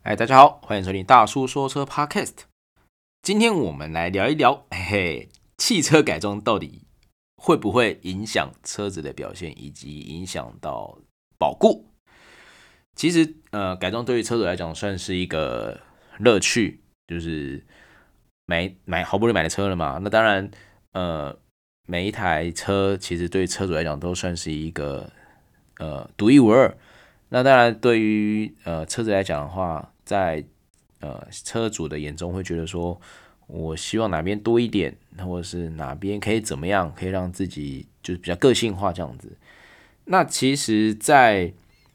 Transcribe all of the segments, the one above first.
嗨，大家好，欢迎收听大叔说车 Podcast。今天我们来聊一聊，汽车改装到底会不会影响车子的表现，以及影响到保固。其实，改装对于车主来讲算是一个乐趣，就是好不容易买了车了嘛，那当然，每一台车其实对车主来讲都算是一个独一无二。那当然，对于车子来讲的话，在车主的眼中会觉得说，我希望哪边多一点，或者是哪边可以怎么样，可以让自己就是比较个性化这样子。那其实在，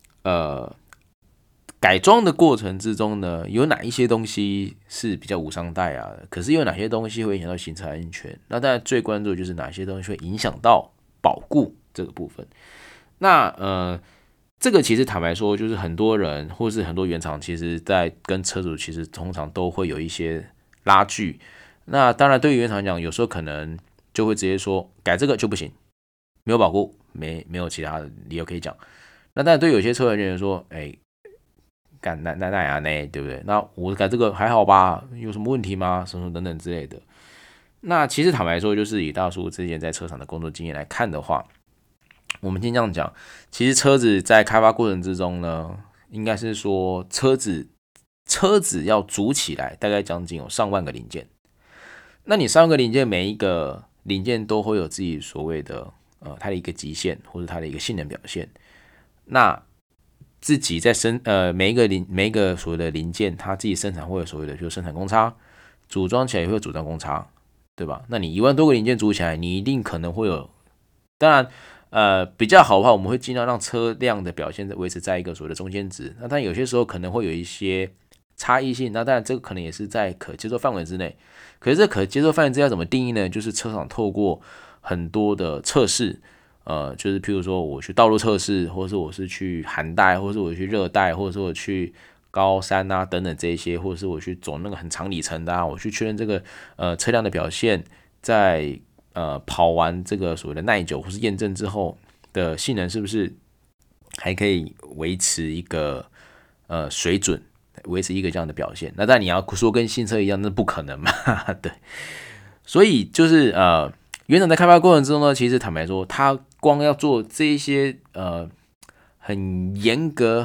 改装的过程之中呢，有哪一些东西是比较无伤大雅的？可是有哪些东西会影响到行车安全？那当然最关注的就是哪些东西会影响到保固这个部分。那这个其实坦白说，就是很多人或是很多原厂，其实在跟车主其实通常都会有一些拉锯。那当然，对于原厂来讲，有时候可能就会直接说改这个就不行，没有保固，没有其他的理由可以讲。那当然，对有些车人说，干那呀呢，对不对？那我改这个还好吧？有什么问题吗？什么等等之类的。那其实坦白说，就是以大叔之前在车厂的工作经验来看的话，我们先这样讲，其实车子在开发过程之中呢，应该是说车子要组起来，大概将近有上万个零件。那你上万个零件，每一个零件都会有自己所谓的它的一个极限，或者它的一个性能表现。那自己在每一个所谓的零件，它自己生产会有所谓的就是生产公差，组装起来也会有组装公差，对吧？那你1万多个零件组起来，你一定可能会有，当然比较好的话，我们会尽量让车辆的表现维持在一个所谓的中间值。那但有些时候可能会有一些差异性，那当然这个可能也是在可接受范围之内。可是这可接受范围之内要怎么定义呢？就是车厂透过很多的测试。就是譬如说我去道路测试，或者是我是去寒带，或者是我去热带，或者是我去高山啊等等这一些，或者是我去走那个很长里程的啊，我去确认这个车辆的表现，在跑完这个所谓的耐久或是验证之后的性能是不是还可以维持一个水准，维持一个这样的表现？那但你要说跟新车一样，那不可能嘛，对。所以就是原厂在开发过程之中呢，其实坦白说，他光要做这一些很严格、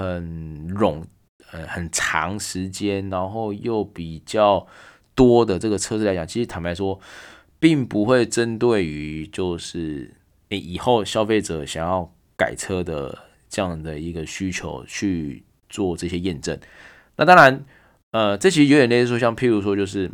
很长时间，然后又比较多的这个车子来讲，其实坦白说，并不会针对于就是以后消费者想要改车的这样的一个需求去做这些验证。那当然，这其实有点类似说，像譬如说，就是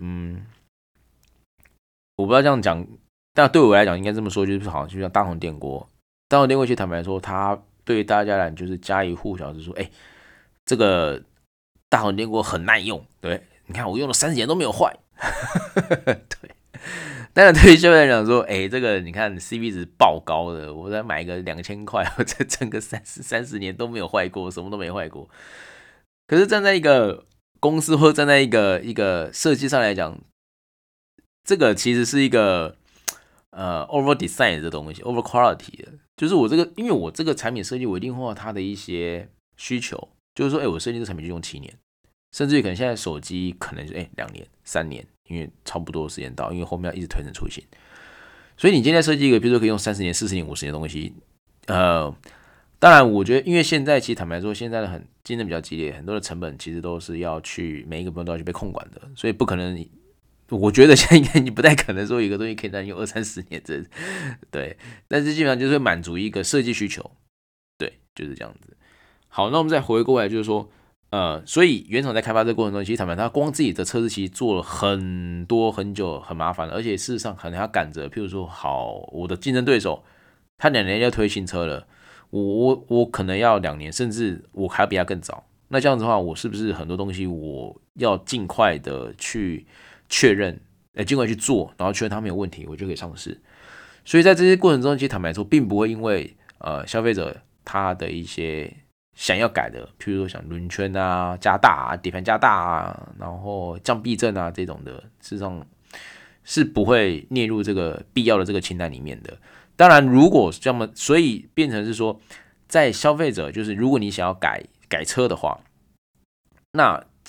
我不知道这样讲。但对我来讲，应该这么说，就是好像就像大同电锅，大同电锅其实坦白说，它对大家来讲就是家喻户晓，就是说，这个大同电锅很耐用，对，你看我用了30年都没有坏，对。当然对于消费者来讲说，这个你看 CP 值爆高的，我再买一个2000块，我再挣个30年都没有坏过，什么都没坏过。可是站在一个公司或站在一个设计上来讲，这个其实是一个over design 的东西 ，over quality 的，就是因为我这个产品设计，我一定会有它的一些需求，就是说，我设计这个产品就用7年，甚至于可能现在手机可能就2年、3年，因为差不多时间到，因为后面要一直推陈出新，所以你今天设计一个，比如说可以用30年、40年、50年的东西，当然我觉得，因为现在其实坦白说，现在的竞争比较激烈，很多的成本其实都是要去每一个部分都要去被控管的，所以不可能。我觉得现在应该你不太可能说有一个东西可以让你用20-30年，对，但是基本上就是会满足一个设计需求，对，就是这样子。好，那我们再回过来，就是说，所以原厂在开发这个过程中，其实坦白，他光自己的测试其实做了很多很久，很麻烦的，而且事实上可能要赶着，譬如说，好，我的竞争对手他2年要推新车了，我可能要2年，甚至我还要比他更早。那这样子的话，我是不是很多东西我要尽快的去确认，尽快去做，然后确认它没有问题，我就可以上市。所以在这些过程中，其实坦白说，并不会因为消费者他的一些想要改的，譬如说像轮圈啊加大啊、底盘加大啊，然后降避震啊这种的，事实上是不会列入这个必要的这个清单里面的。当然，如果这么，所以变成是说，在消费者就是如果你想要改车的话，那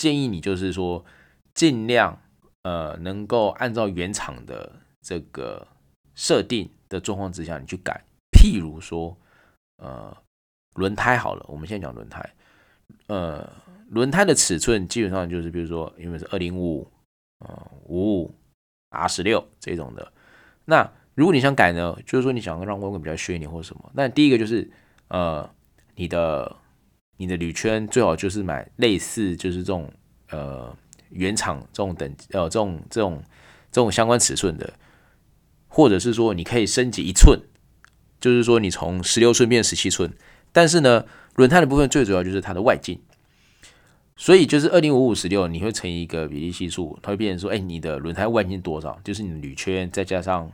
建议你就是说尽量能够按照原厂的这个设定的状况之下你去改。譬如说轮胎好了，我们现在讲轮胎，轮胎的尺寸基本上就是比如说因为是205、55、R16这种的。那如果你想改呢，就是说你想让弯杆比较削一点或什么，那第一个就是你的铝圈最好就是买类似就是这种原厂这种这种相关尺寸的，或者是说你可以升级1寸，就是说你从16寸变17寸，但是呢轮胎的部分最主要就是它的外径。所以就是2055/16，你会乘以一个比例系数，它会变成说，你的轮胎外径多少？就是你的铝圈再加上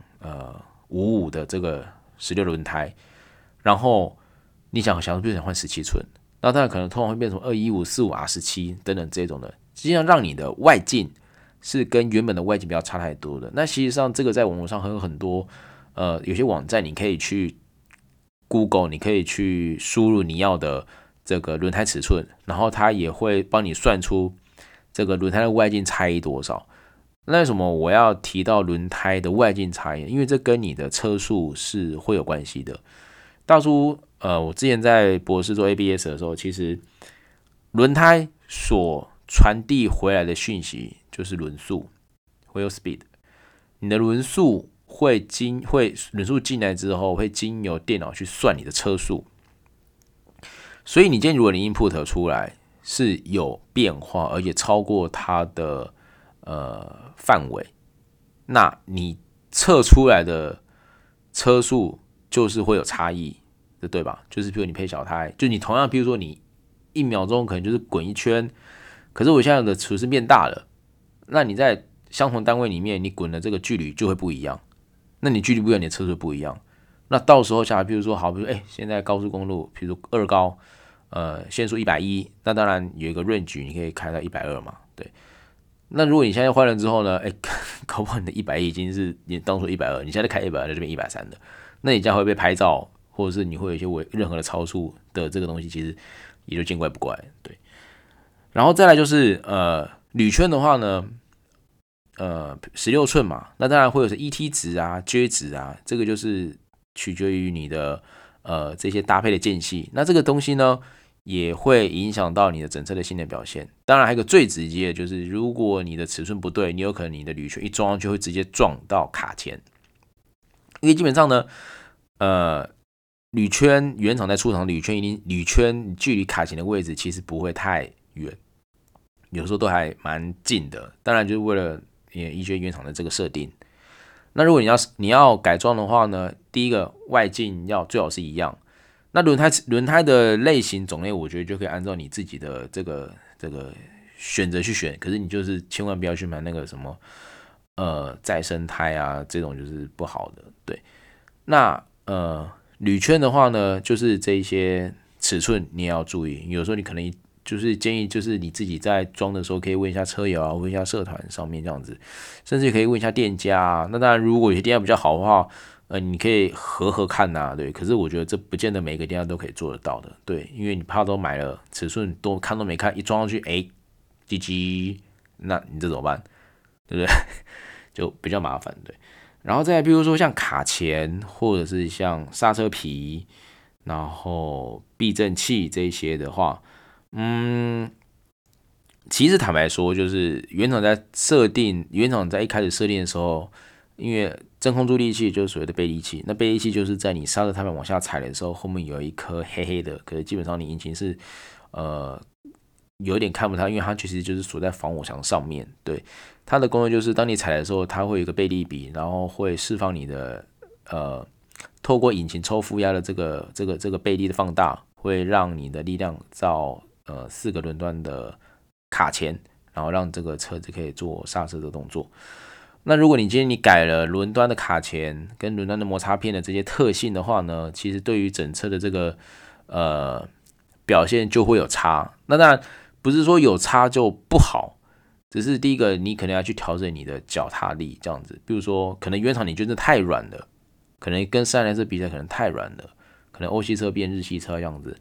55的这个16轮胎，然后你想换17寸，那当然可能通常会变成215、45、R17等等这种的，尽量让你的外径是跟原本的外径不要差太多的。那其实上这个在网络上还有很多有些网站你可以去 Google， 你可以去输入你要的这个轮胎尺寸，然后它也会帮你算出这个轮胎的外径差异多少。那为什么我要提到轮胎的外径差异？因为这跟你的车速是会有关系的。大叔，我之前在博士做 ABS 的时候，其实轮胎所传递回来的讯息就是轮速 （wheel speed）。你的轮速轮速进来之后，会经由电脑去算你的车速。所以你今天如果你 input 出来是有变化，而且超过它的范围，那你测出来的车速就是会有差异的，对吧？就是比如你配小胎，就你同样，比如说你1秒钟可能就是滚1圈，可是我现在的尺寸变大了，那你在相同单位里面，你滚的这个距离就会不一样。那你距离不一样，你的车速不一样。那到时候下来，比如说好，比如说现在高速公路，比如说2高，限速110，那当然有一个 range， 你可以开到120嘛，对。那如果你现在换了之后呢，搞不好你的110已经是你当初120，你现在开120就变130的，那你这样会被拍照，或者是你会有一些任何的超速的这个东西，其实也就见怪不怪，对。然后再来就是铝圈的话呢，16寸嘛，那当然会有ET 值啊、J 值啊，这个就是取决于你的这些搭配的间隙。那这个东西呢，也会影响到你的整车的性能表现。当然还有一个最直接的就是，如果你的尺寸不对，你有可能你的铝圈一装上去会直接撞到卡钳。因为基本上呢，铝圈原厂在出厂，铝圈距离卡钳的位置其实不会太远，有时候都还蛮近的。当然就是为了依据原厂的这个设定。那如果你要改装的话呢，第一个外径最好是一样。那轮胎的类型种类，我觉得就可以按照你自己的这个选择去选。可是你就是千万不要去买那个什么再生胎啊，这种就是不好的。对，那铝圈的话呢，就是这一些尺寸你也要注意。有时候你可能就是建议，就是你自己在装的时候，可以问一下车友啊，问一下社团上面这样子，甚至可以问一下店家啊。那当然，如果有些店家比较好的话，你可以合看呐，对。可是我觉得这不见得每个店家都可以做得到的，对，因为你怕都买了，尺寸都看都没看，一装上去，GG，那你这怎么办？对不对？就比较麻烦，对。然后再比如说像卡钳，或者是像刹车皮，然后避震器这些的话，其实坦白说，就是原厂在一开始设定的时候，因为真空助力器就是所谓的背力器，那背力器就是在你刹车踏板往下踩的时候，后面有一颗黑黑的，可是基本上你引擎是有点看不到，因为它其实就是锁在防火墙上面。对，它的功能就是当你踩的时候，它会有一个背力比，然后会释放你的透过引擎抽负压的这个背力的放大，会让你的力量到4个轮端的卡钳，然后让这个车子可以做刹车的动作。那如果你今天改了轮端的卡钳跟轮端的摩擦片的这些特性的话呢，其实对于整车的这个表现就会有差。那当然不是说有差就不好，只是第一个你可能要去调整你的脚踏力这样子。比如说可能原厂你觉得太软了，可能跟3台车比起来可能太软了，可能欧系车变日系车这样子。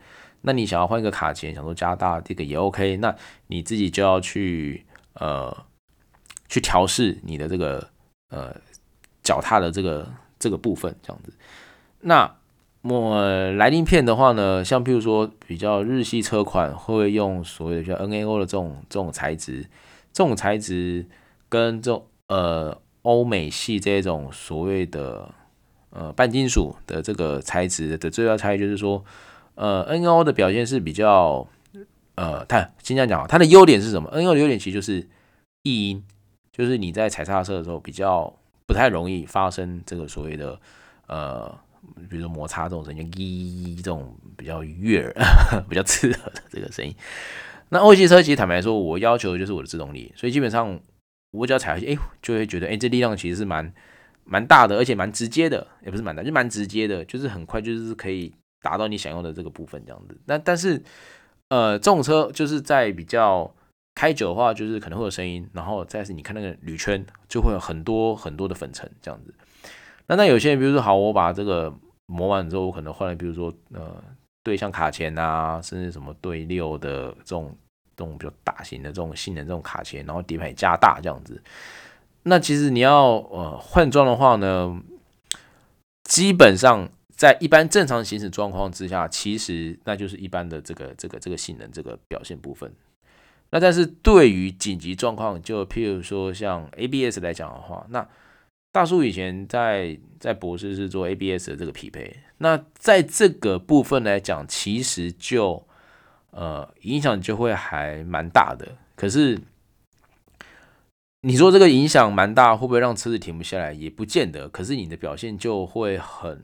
那你想要换一个卡钳，想说加大这个也 OK， 那你自己就要去调试你的这个脚踏的这个部分这样子。那来鳞片的话呢，像譬如说比较日系车款会用所谓的叫 NAO 的这种材质，这种材质跟这种欧美系这种所谓的半金属的这个材质的最大差异就是说，NAO 的表现是比较先这样讲，它的优点是什么？NAO 的优点其实就是异音，就是你在踩刹车的时候比较不太容易发生这个所谓的比如说摩擦这种声音，这种比较悦耳、比较刺耳的这个声音。那欧系车其实坦白说，我要求的就是我的制动力，所以基本上我只要踩下去，就会觉得，这力量其实是蛮大的，而且蛮直接的，也不是蛮大，就蛮直接的，就是很快，就是可以达到你想要的这个部分这样子。那但是这种车就是在比较开久的话，就是可能会有声音，然后再是你看那个铝圈，就会有很多很多的粉尘这样子。那有些人，比如说好，我把这个磨完之后，我可能换了，比如说对像卡钳啊，甚至什么对6的这种比较大型的这种性能这种卡钳，然后底盘也加大这样子。那其实你要换装的话呢，基本上在一般正常行驶状况之下，其实那就是一般的这个性能这个表现部分。那但是对于紧急状况，就譬如说像 ABS 来讲的话，那大叔以前在博士是做 ABS 的这个匹配，那在这个部分来讲，其实就影响就会还蛮大的。可是你说这个影响蛮大，会不会让车子停不下来？也不见得。可是你的表现就会很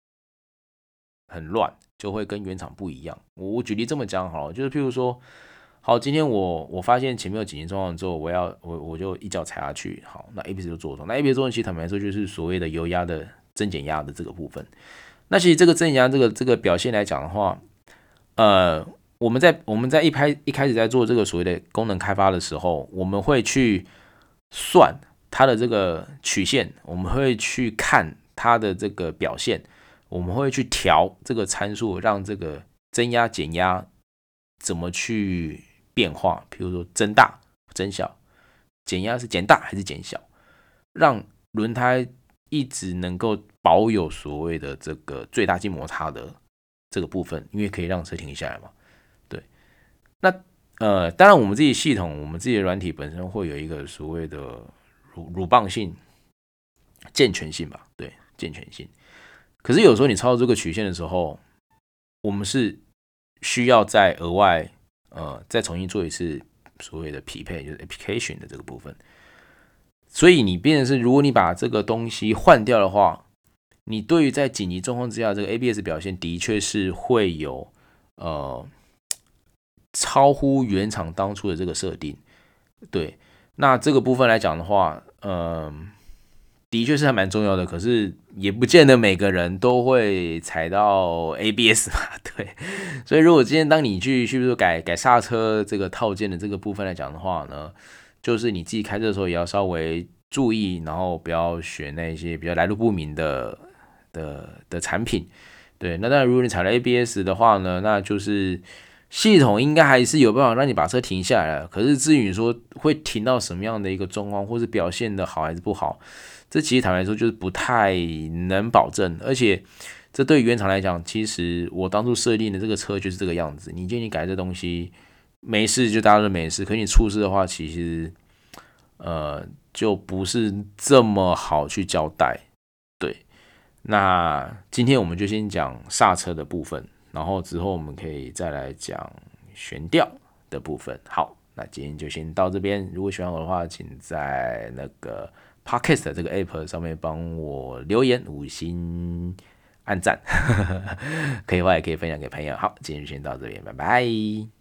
乱，就会跟原厂不一样。我举例这么讲好了，就是譬如说，好，今天我发现前面有紧急状况之后，我就一脚踩下去，好，那 ABS 就做动。那 ABS 做动其实坦白说就是所谓的油压的增减压的这个部分。那其实这个增减压这个表现来讲的话，我们在一开始在做这个所谓的功能开发的时候，我们会去算它的这个曲线，我们会去看它的这个表现，我们会去调这个参数，让这个增压减压怎么去变化，比如说增大增小，减压是减大还是减小，让轮胎一直能够保有所谓的这个最大静摩擦的这个部分，因为可以让车停下来嘛。对，那当然我们自己系统，我们自己的软体本身会有一个所谓的乳棒性、健全性吧，对，健全性。可是有时候你操作这个曲线的时候，我们是需要再额外再重新做一次所谓的匹配，就是 application 的这个部分。所以你变成是，如果你把这个东西换掉的话，你对于在紧急状况之下，这个 ABS 表现的确是会有超乎原厂当初的这个设定。对，那这个部分来讲的话，的确是还蛮重要的，可是也不见得每个人都会踩到 ABS 嘛，对。所以如果今天当你去说改刹车这个套件的这个部分来讲的话呢，就是你自己开车的时候也要稍微注意，然后不要选那些比较来路不明的产品。对，那当然如果你踩了 ABS 的话呢，那就是系统应该还是有办法让你把车停下来了。可是至于说会停到什么样的一个状况，或是表现的好还是不好，这其实坦白说就是不太能保证。而且这对于原厂来讲，其实我当初设定的这个车就是这个样子。你建议改这东西没事就大家都没事，可你出事的话，其实就不是这么好去交代。对，那今天我们就先讲刹车的部分，然后之后我们可以再来讲悬吊的部分。好，那今天就先到这边。如果喜欢我的话，请在那个 Podcast 这个 App 上面帮我留言5星按赞，可以的话也可以分享给朋友。好，今天就先到这边，拜拜。